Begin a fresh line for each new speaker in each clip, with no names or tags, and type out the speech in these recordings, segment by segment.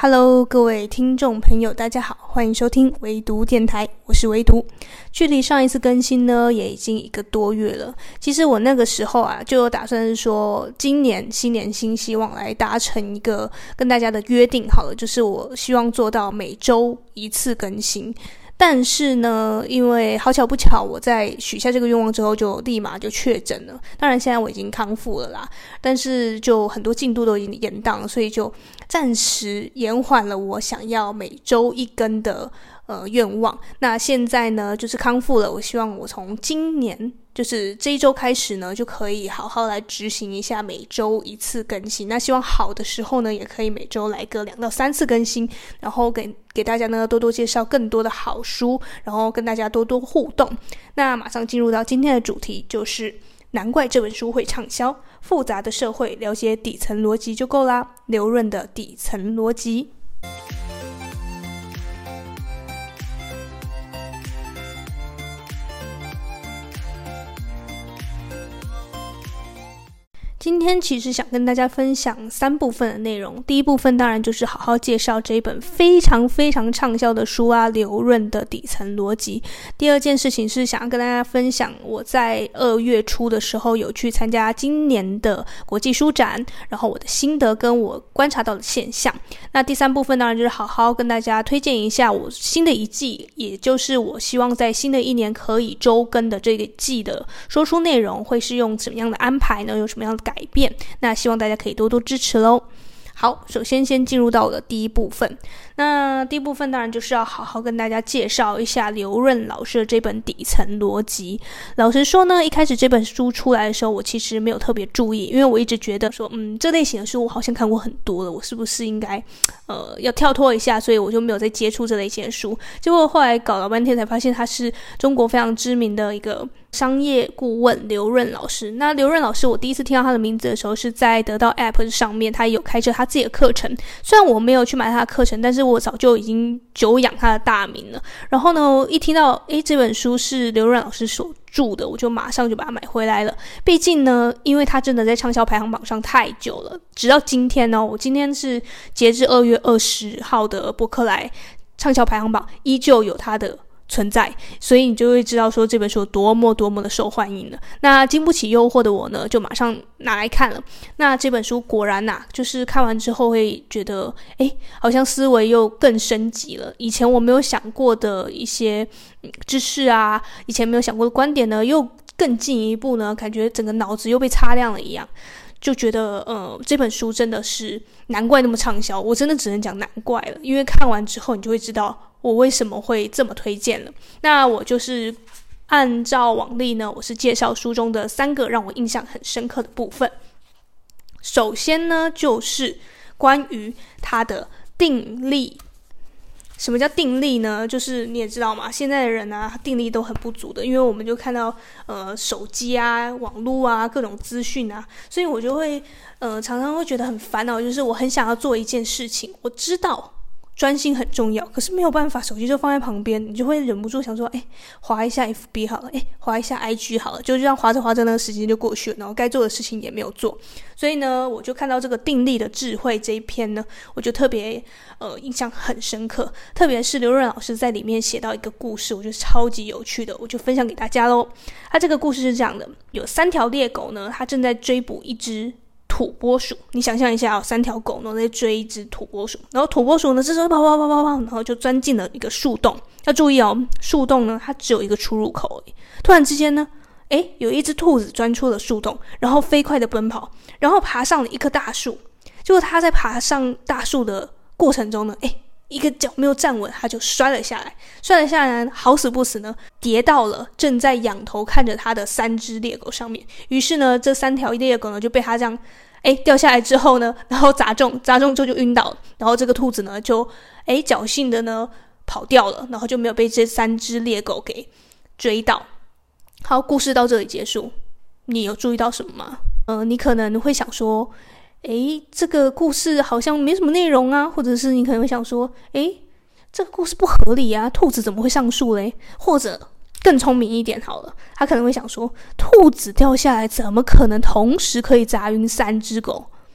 Hello， 各位听众朋友，大家好，欢迎收听唯读电台，我是唯读。距离上一次更新呢，也已经1个多月了。其实我那个时候就有打算是说，今年新年新希望来达成一个跟大家的约定好了，就是我希望做到每周1次更新。但是呢，因为好巧不巧，我在许下这个愿望之后就立马就确诊了。当然现在我已经康复了啦，但是就很多进度都已经延宕了，所以就暂时延缓了我想要每周1更的愿望。那现在呢就是康复了，我希望我从今年就是这一周开始呢，就可以好好来执行一下每周1次更新。那希望好的时候呢，也可以每周来个2到3次更新，然后给大家呢多多介绍更多的好书，然后跟大家多多互动。那马上进入到今天的主题，就是难怪这本书会畅销，复杂的社会了解底层逻辑就够啦，刘润的底层逻辑。今天其实想跟大家分享3部分的内容。第一部分当然就是好好介绍这一本非常非常畅销的书刘润的底层逻辑。第二件事情是想要跟大家分享我在2月初的时候有去参加今年的国际书展，然后我的心得跟我观察到的现象。那第3部分当然就是好好跟大家推荐一下我新的一季，也就是我希望在新的一年可以周更的这个季的说书内容会是用什么样的安排呢？有什么样的改变？那希望大家可以多多支持咯。好，首先进入到我的第一部分。那第一部分当然就是要好好跟大家介绍一下刘润老师的这本底层逻辑。老实说呢，一开始这本书出来的时候，我其实没有特别注意，因为我一直觉得说这类型的书我好像看过很多了，我是不是应该要跳脱一下，所以我就没有再接触这类型的书。结果后来搞了半天才发现他是中国非常知名的一个商业顾问刘润老师。那刘润老师我第一次听到他的名字的时候是在得到 App 上面，他有开设他自己的课程。虽然我没有去买他的课程，但是我早就已经久仰他的大名了。然后呢，一听到这本书是刘润老师所著的，我就马上就把它买回来了。毕竟呢，因为他真的在畅销排行榜上太久了，直到今天呢，我今天是截至2月20号的博客来畅销排行榜依旧有他的存在，所以你就会知道说这本书有多么的受欢迎了。那经不起诱惑的我呢，就马上拿来看了。那这本书果然就是看完之后会觉得好像思维又更升级了。以前我没有想过的一些知识以前没有想过的观点呢，又更进一步呢，感觉整个脑子又被擦亮了一样。就觉得这本书真的是难怪那么畅销，我真的只能讲难怪了，因为看完之后你就会知道我为什么会这么推荐了。那我就是按照往例呢，我是介绍书中的3个让我印象很深刻的部分。首先呢，就是关于它的定力。什么叫定力呢？就是你也知道嘛，现在的人定力都很不足的，因为我们就看到手机网络各种资讯所以我就会常常会觉得很烦恼，就是我很想要做一件事情，我知道专心很重要，可是没有办法，手机就放在旁边，你就会忍不住想说滑一下 FB 好了，滑一下 IG 好了，就这样滑着滑着那个时间就过去了，然后该做的事情也没有做。所以呢，我就看到这个定力的智慧这一篇呢，我就特别印象很深刻。特别是刘润老师在里面写到一个故事，我觉得超级有趣的，我就分享给大家咯。他这个故事是这样的，有3条猎狗呢，它正在追捕一只土拨鼠。你想象一下3条狗呢在追一只土拨鼠，然后土拨鼠呢这时候跑，然后就钻进了一个树洞。要注意树洞呢它只有一个出入口而已。突然之间呢有一只兔子钻出了树洞，然后飞快的奔跑，然后爬上了一棵大树。结果它在爬上大树的过程中呢一个脚没有站稳，它就摔了下来，好死不死呢跌到了正在仰头看着它的3只猎狗上面。于是呢这3条猎狗呢就被它这样掉下来之后呢，然后砸中之后就晕倒了。然后这个兔子呢就侥幸的呢跑掉了，然后就没有被这3只猎狗给追到。好，故事到这里结束。你有注意到什么吗？你可能会想说这个故事好像没什么内容或者是你可能会想说这个故事不合理兔子怎么会上树嘞？或者更聪明一点好了，他可能会想说，兔子掉下来怎么可能同时可以砸晕3只狗？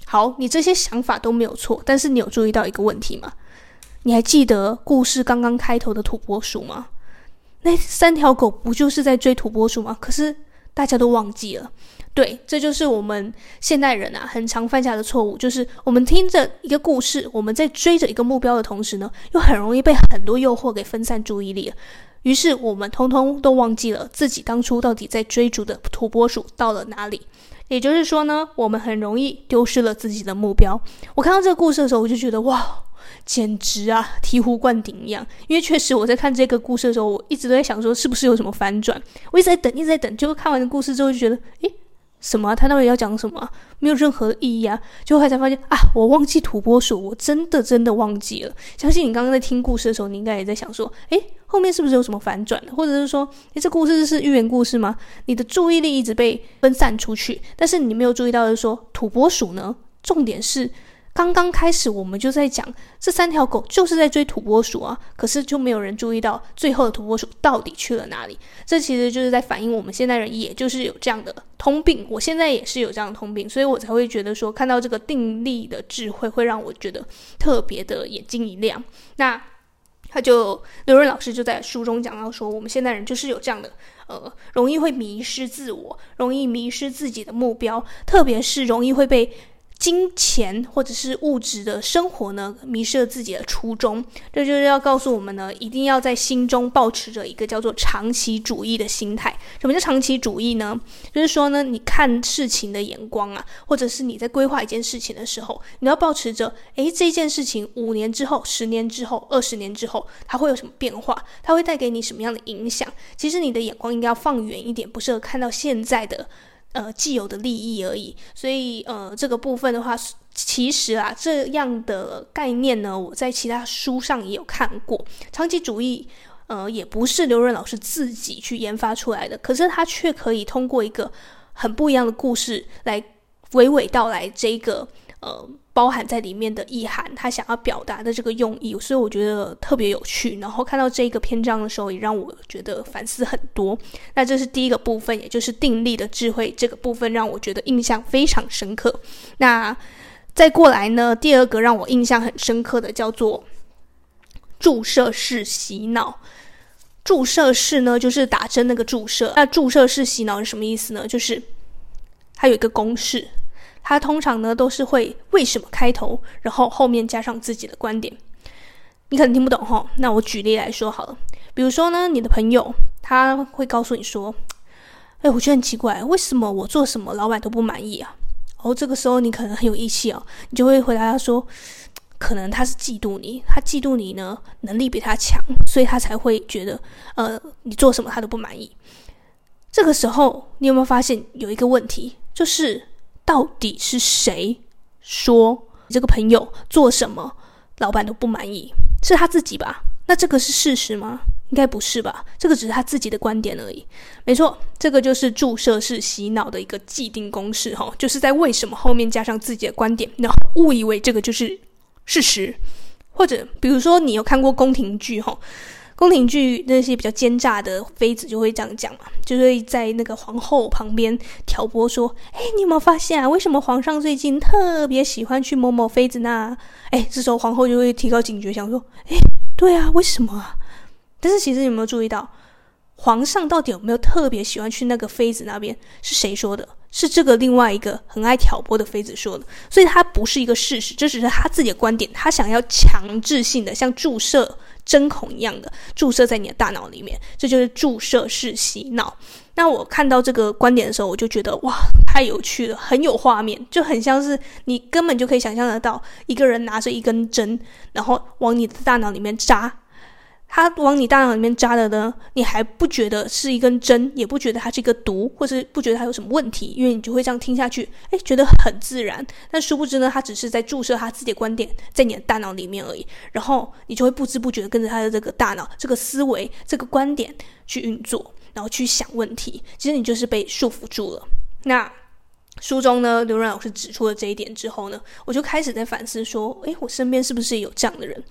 好，你这些想法都没有错，但是你有注意到一个问题吗？你还记得故事刚刚开头的土拨鼠吗？那3条狗不就是在追土拨鼠吗？可是大家都忘记了。对，这就是我们现代人很常犯下的错误，就是我们听着一个故事，我们在追着一个目标的同时呢，又很容易被很多诱惑给分散注意力了。于是我们通通都忘记了自己当初到底在追逐的土拨鼠到了哪里。也就是说呢，我们很容易丢失了自己的目标。我看到这个故事的时候，我就觉得哇，简直醍醐灌顶一样。因为确实我在看这个故事的时候，我一直都在想说是不是有什么反转，我一直在等，结果看完的故事之后就觉得什么他到底要讲什么没有任何的意义结果后来才发现我忘记土拨鼠，我真的忘记了。相信你刚刚在听故事的时候，你应该也在想说后面是不是有什么反转，或者是说这故事是寓言故事吗？你的注意力一直被分散出去，但是你没有注意到的是说土拨鼠呢，重点是刚刚开始我们就在讲这3条狗就是在追土拨鼠可是就没有人注意到最后的土拨鼠到底去了哪里。这其实就是在反映我们现代人也就是有这样的通病，我现在也是有这样的通病，所以我才会觉得说看到这个定力的智慧会让我觉得特别的眼睛一亮。那刘润老师就在书中讲到说，我们现代人就是有这样的容易会迷失自我，容易迷失自己的目标，特别是容易会被金钱或者是物质的生活呢迷失了自己的初衷。这就是要告诉我们呢，一定要在心中抱持着一个叫做长期主义的心态。什么叫长期主义呢？就是说呢，你看事情的眼光或者是你在规划一件事情的时候，你要抱持着这件事情5年之后、10年之后、20年之后它会有什么变化，它会带给你什么样的影响。其实你的眼光应该要放远一点，不是看到现在的既有的利益而已。所以这个部分的话，其实这样的概念呢，我在其他书上也有看过。长期主义也不是刘润老师自己去研发出来的，可是他却可以通过一个很不一样的故事来娓娓道来这个包含在里面的意涵，他想要表达的这个用意，所以我觉得特别有趣。然后看到这个篇章的时候，也让我觉得反思很多。那这是第一个部分，也就是定力的智慧，这个部分让我觉得印象非常深刻。那再过来呢，第二个让我印象很深刻的叫做注射式洗脑。注射式呢，就是打针那个注射。那注射式洗脑是什么意思呢？就是它有一个公式，它通常呢都是会为什么开头，然后后面加上自己的观点。你可能听不懂那我举例来说好了。比如说呢，你的朋友他会告诉你说我觉得很奇怪，为什么我做什么老板都不满意这个时候你可能很有义气你就会回答他说，可能他是嫉妒你，他嫉妒你呢能力比他强，所以他才会觉得你做什么他都不满意。这个时候你有没有发现有一个问题，就是到底是谁说你这个朋友做什么老板都不满意？是他自己吧？那这个是事实吗？应该不是吧，这个只是他自己的观点而已。没错，这个就是注射式洗脑的一个既定公式就是在为什么后面加上自己的观点，然后误以为这个就是事实。或者比如说你有看过宫廷剧宫廷剧那些比较奸诈的妃子就会这样讲嘛，就会在那个皇后旁边挑拨说，你有没有发现为什么皇上最近特别喜欢去某某妃子那？这时候皇后就会提高警觉，想说对啊，为什么但是其实你有没有注意到，皇上到底有没有特别喜欢去那个妃子那边？是谁说的？是这个另外一个很爱挑拨的妃子说的。所以它不是一个事实，这只是他自己的观点，他想要强制性的像注射针孔一样的注射在你的大脑里面，这就是注射式洗脑。那我看到这个观点的时候，我就觉得哇，太有趣了，很有画面，就很像是你根本就可以想象得到一个人拿着一根针，然后往你的大脑里面扎。它往你大脑里面扎的呢，你还不觉得是一根针，也不觉得它是一个毒，或是不觉得它有什么问题，因为你就会这样听下去，觉得很自然。但殊不知呢，它只是在注射他自己的观点在你的大脑里面而已，然后你就会不知不觉的跟着他的这个大脑、这个思维、这个观点去运作，然后去想问题。其实你就是被束缚住了。那书中呢，刘润老师指出了这一点之后呢，我就开始在反思说，我身边是不是有这样的人？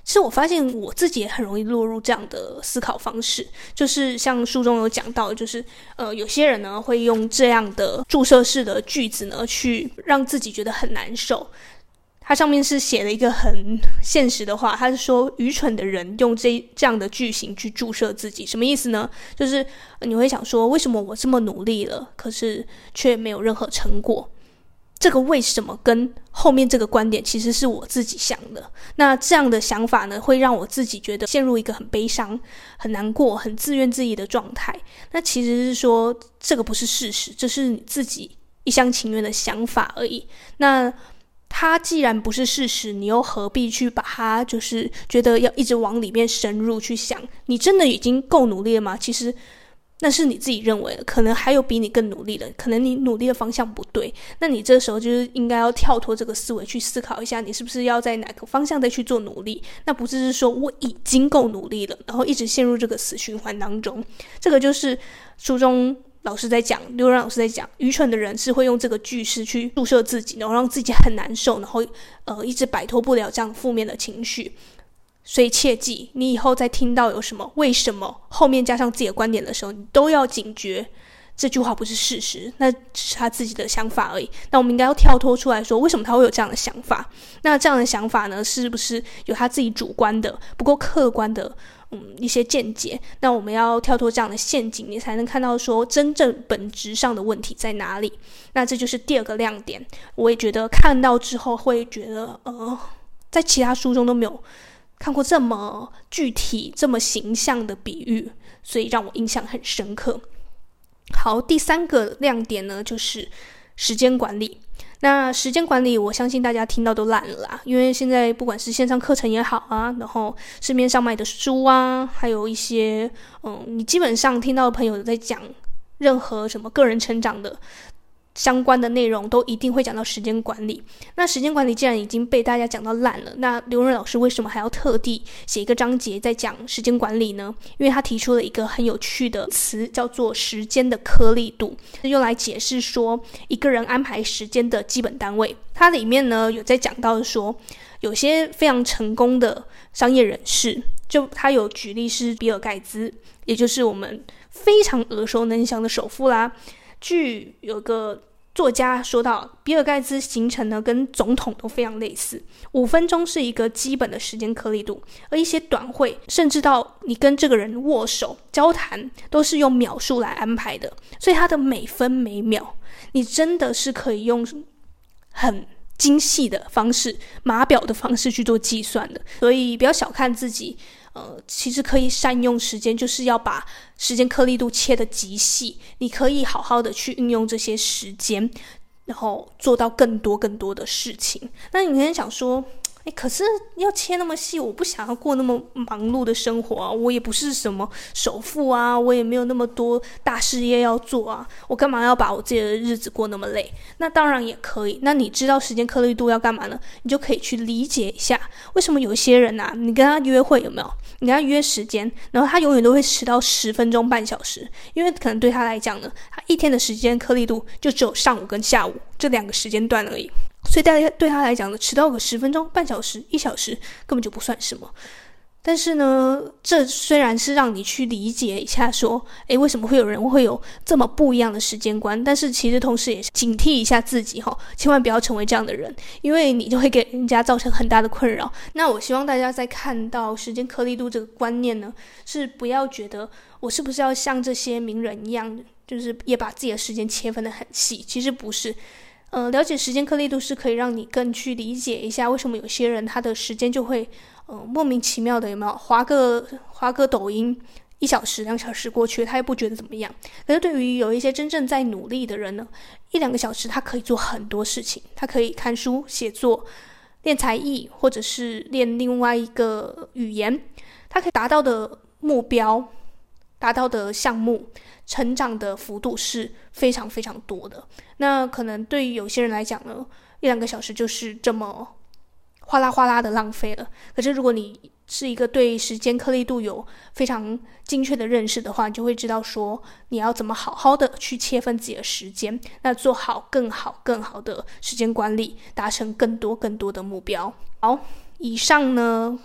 其实我发现我自己也很容易落入这样的思考方式，就是像书中有讲到，就是有些人呢会用这样的注射式的句子呢去让自己觉得很难受。它上面是写了一个很现实的话，它是说愚蠢的人用这样的句型去注射自己，什么意思呢？就是你会想说，为什么我这么努力了，可是却没有任何成果？这个为什么跟后面这个观点其实是我自己想的。那这样的想法呢，会让我自己觉得陷入一个很悲伤、很难过、很自怨自艾的状态。那其实是说这个不是事实，这是你自己一厢情愿的想法而已。那它既然不是事实，你又何必去把它就是觉得要一直往里面深入去想？你真的已经够努力了吗？其实那是你自己认为的，可能还有比你更努力的，可能你努力的方向不对，那你这时候就是应该要跳脱这个思维去思考一下，你是不是要在哪个方向再去做努力。那不是说我已经够努力了，然后一直陷入这个死循环当中。这个就是书中老师在讲，刘润老师在讲，愚蠢的人是会用这个句式去注射自己，然后让自己很难受，然后一直摆脱不了这样负面的情绪。所以切记，你以后再听到有什么为什么后面加上自己的观点的时候，你都要警觉，这句话不是事实，那只是他自己的想法而已。那我们应该要跳脱出来说，为什么他会有这样的想法？那这样的想法呢，是不是有他自己主观的不够客观的一些见解？那我们要跳脱这样的陷阱，你才能看到说真正本质上的问题在哪里。那这就是第二个亮点。我也觉得看到之后会觉得在其他书中都没有看过这么具体这么形象的比喻，所以让我印象很深刻。好，第三个亮点呢，就是时间管理。那时间管理我相信大家听到都烂了啦，因为现在不管是线上课程也好啊，然后市面上卖的书啊，还有一些你基本上听到的朋友在讲任何什么个人成长的相关的内容，都一定会讲到时间管理。那时间管理既然已经被大家讲到烂了，那刘润老师为什么还要特地写一个章节在讲时间管理呢？因为他提出了一个很有趣的词，叫做时间的颗粒度，用来解释说一个人安排时间的基本单位。它里面呢有在讲到说，有些非常成功的商业人士，就他有举例是比尔盖茨，也就是我们非常耳熟能详的首富啦。据有个作家说到，比尔盖茨行程呢跟总统都非常类似，5分钟是一个基本的时间颗粒度，而一些短会甚至到你跟这个人握手交谈都是用秒数来安排的，所以它的每分每秒你真的是可以用很精细的方式，码表的方式去做计算的。所以不要小看自己，其实可以善用时间，就是要把时间颗粒度切得极细，你可以好好的去运用这些时间，然后做到更多更多的事情。那你可能想说，可是要切那么细，我不想要过那么忙碌的生活啊，我也不是什么首富啊，我也没有那么多大事业要做啊，我干嘛要把我自己的日子过那么累？那当然也可以。那你知道时间颗粒度要干嘛呢？你就可以去理解一下，为什么有些人啊，你跟他约会有没有？你跟他约时间，然后他永远都会迟到10分钟半小时，因为可能对他来讲呢，他一天的时间颗粒度就只有上午跟下午这2个时间段而已。所以对他来讲呢，迟到个10分钟、半小时、1小时根本就不算什么。但是呢，这虽然是让你去理解一下说，为什么会有人会有这么不一样的时间观，但是其实同时也是警惕一下自己千万不要成为这样的人，因为你就会给人家造成很大的困扰。那我希望大家在看到时间颗粒度这个观念呢，是不要觉得我是不是要像这些名人一样，就是也把自己的时间切分得很细，其实不是。了解时间颗粒度是可以让你更去理解一下为什么有些人他的时间就会莫名其妙的有没有滑个抖音1小时2小时过去他也不觉得怎么样。可是对于有一些真正在努力的人呢，1-2个小时他可以做很多事情，他可以看书写作练才艺，或者是练另外一个语言，他可以达到的目标达到的项目成长的幅度是非常非常多的。那可能对于有些人来讲呢，1-2个小时就是这么哗啦哗啦的浪费了。可是如果你是一个对时间颗粒度有非常精确的认识的话，你就会知道说你要怎么好好的去切分自己的时间，那做好更好的时间管理，达成更多的目标。好，以上呢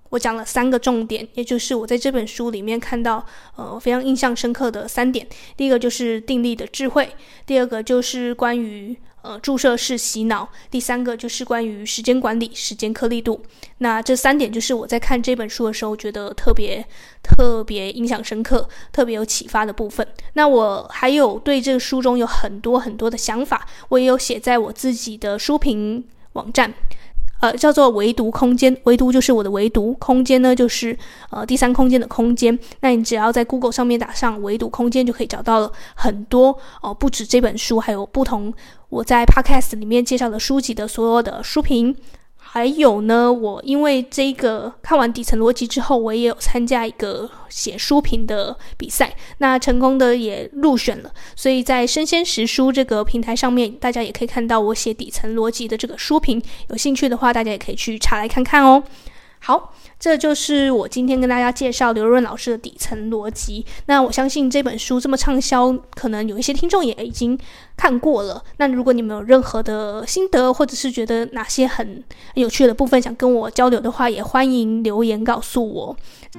我讲了3个重点，也就是我在这本书里面看到非常印象深刻的3点。第一个就是定力的智慧，第二个就是关于注射式洗脑，第3个就是关于时间管理、时间颗粒度。那这3点就是我在看这本书的时候觉得特别印象深刻、特别有启发的部分。那我还有对这个书中有很多很多的想法，我也有写在我自己的书评网站，叫做唯读空间。唯读就是我的唯读，空间呢就是第三空间的空间。那你只要在 Google 上面打上唯读空间，就可以找到了很多不止这本书，还有不同我在 Podcast 里面介绍的书籍的所有的书评。还有呢，我因为这个看完底层逻辑之后，我也有参加一个写书评的比赛，那成功的也入选了。所以在生鲜识书这个平台上面，大家也可以看到我写底层逻辑的这个书评，有兴趣的话大家也可以去查来看看哦。好，这就是我今天跟大家介绍刘润老师的底层逻辑。那我相信这本书这么畅销，可能有一些听众也已经看过了。那如果你们有任何的心得，或者是觉得哪些很有趣的部分想跟我交流的话，也欢迎留言告诉我。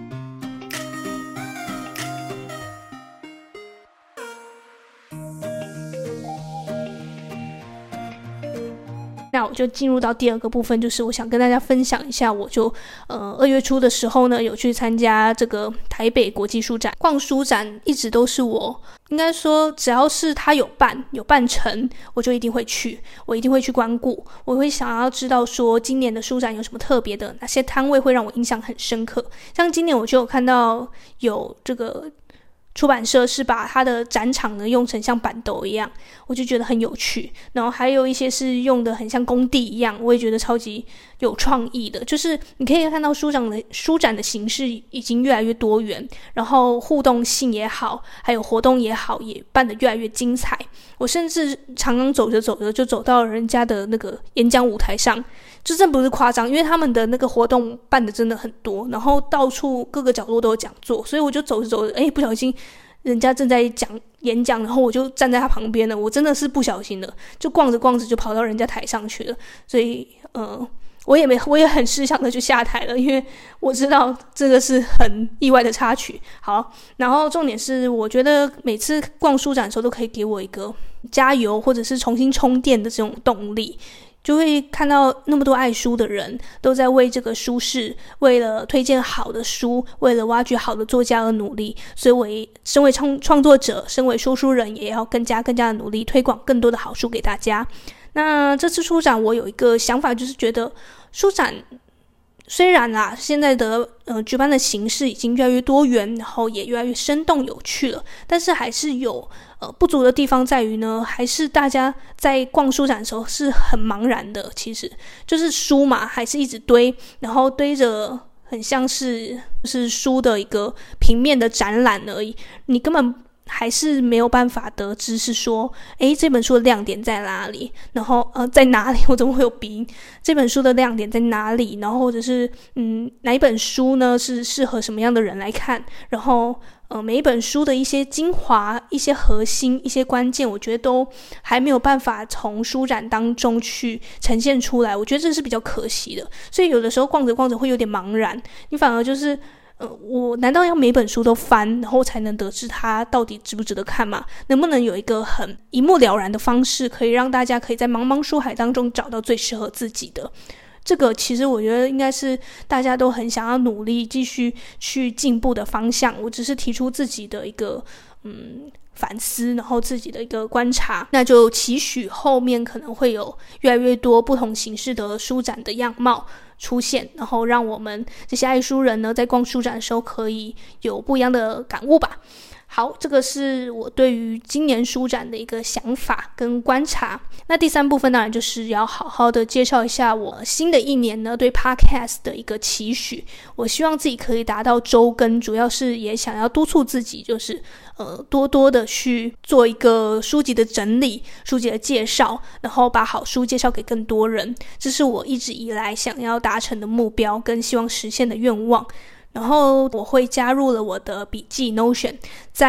那我就进入到第2个部分，就是我想跟大家分享一下，我就2月初的时候呢，有去参加这个台北国际书展。逛书展一直都是我应该说，只要是它有办成，我就一定会去，我一定会去光顾。我会想要知道说今年的书展有什么特别的，哪些摊位会让我印象很深刻。像今年我就有看到有这个出版社是把它的展场呢用成像板斗一样，我就觉得很有趣。然后还有一些是用的很像工地一样，我也觉得超级有创意的。就是你可以看到书展的形式已经越来越多元，然后互动性也好，还有活动也好，也办得越来越精彩。我甚至常常走着走着就走到人家的那个演讲舞台上，这真不是夸张，因为他们的那个活动办的真的很多，然后到处各个角落都有讲座，所以我就走着走着，不小心人家正在演讲，然后我就站在他旁边了，我真的是不小心的，就逛着逛着就跑到人家台上去了。所以我也很识相的就下台了，因为我知道这个是很意外的插曲。好，然后重点是我觉得每次逛书展的时候都可以给我一个加油或者是重新充电的这种动力，就会看到那么多爱书的人都在为这个书市，为了推荐好的书，为了挖掘好的作家而努力。所以身为创作者，身为说书人，也要更加的努力，推广更多的好书给大家。那这次书展我有一个想法，就是觉得书展虽然啦，现在的举办的形式已经越来越多元，然后也越来越生动有趣了，但是还是有不足的地方在于呢，还是大家在逛书展的时候是很茫然的。其实就是书嘛，还是一直堆，然后堆着很像是书的一个平面的展览而已，你根本还是没有办法得知是说这本书的亮点在哪里，然后在哪里，我怎么会有鼻音，这本书的亮点在哪里，然后或者是哪一本书呢是适合什么样的人来看，然后每一本书的一些精华、一些核心、一些关键，我觉得都还没有办法从书展当中去呈现出来，我觉得这是比较可惜的。所以有的时候逛着逛着会有点茫然，你反而就是我难道要每本书都翻，然后才能得知它到底值不值得看吗？能不能有一个很一目了然的方式，可以让大家可以在茫茫书海当中找到最适合自己的？这个其实我觉得应该是大家都很想要努力继续去进步的方向。我只是提出自己的一个反思，然后自己的一个观察，那就期许后面可能会有越来越多不同形式的书展的样貌出现，然后让我们这些爱书人呢，在逛书展的时候可以有不一样的感悟吧。好，这个是我对于今年书展的一个想法跟观察。那第3部分当然就是要好好的介绍一下我新的一年呢对 Podcast 的一个期许。我希望自己可以达到周更，主要是也想要督促自己，就是多多的去做一个书籍的整理、书籍的介绍，然后把好书介绍给更多人。这是我一直以来想要达成的目标跟希望实现的愿望。然后我会加入了我的笔记 Notion， 在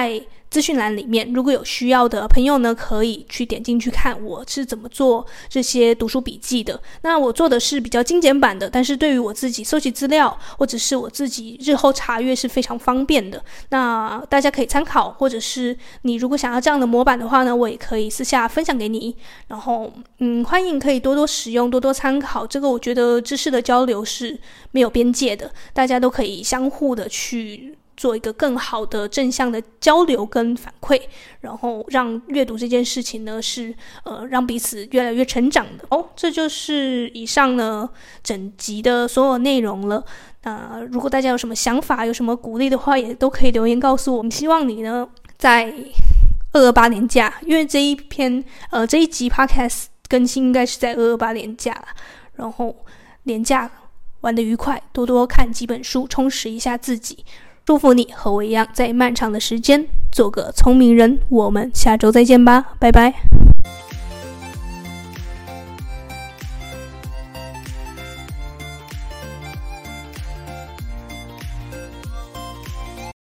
资讯栏里面，如果有需要的朋友呢，可以去点进去看我是怎么做这些读书笔记的。那我做的是比较精简版的，但是对于我自己搜集资料或者是我自己日后查阅是非常方便的，那大家可以参考，或者是你如果想要这样的模板的话呢，我也可以私下分享给你。然后欢迎可以多多使用，多多参考，这个我觉得知识的交流是没有边界的，大家都可以相互的去做一个更好的正向的交流跟反馈，然后让阅读这件事情呢是让彼此越来越成长的。这就是以上呢整集的所有内容了。如果大家有什么想法，有什么鼓励的话，也都可以留言告诉我。希望你呢在228年假，因为这一集 podcast 更新应该是在228年假啦，然后年假玩得愉快，多多看几本书，充实一下自己。祝福你和我一样，在漫长的时间做个聪明人。我们下周再见吧，拜拜。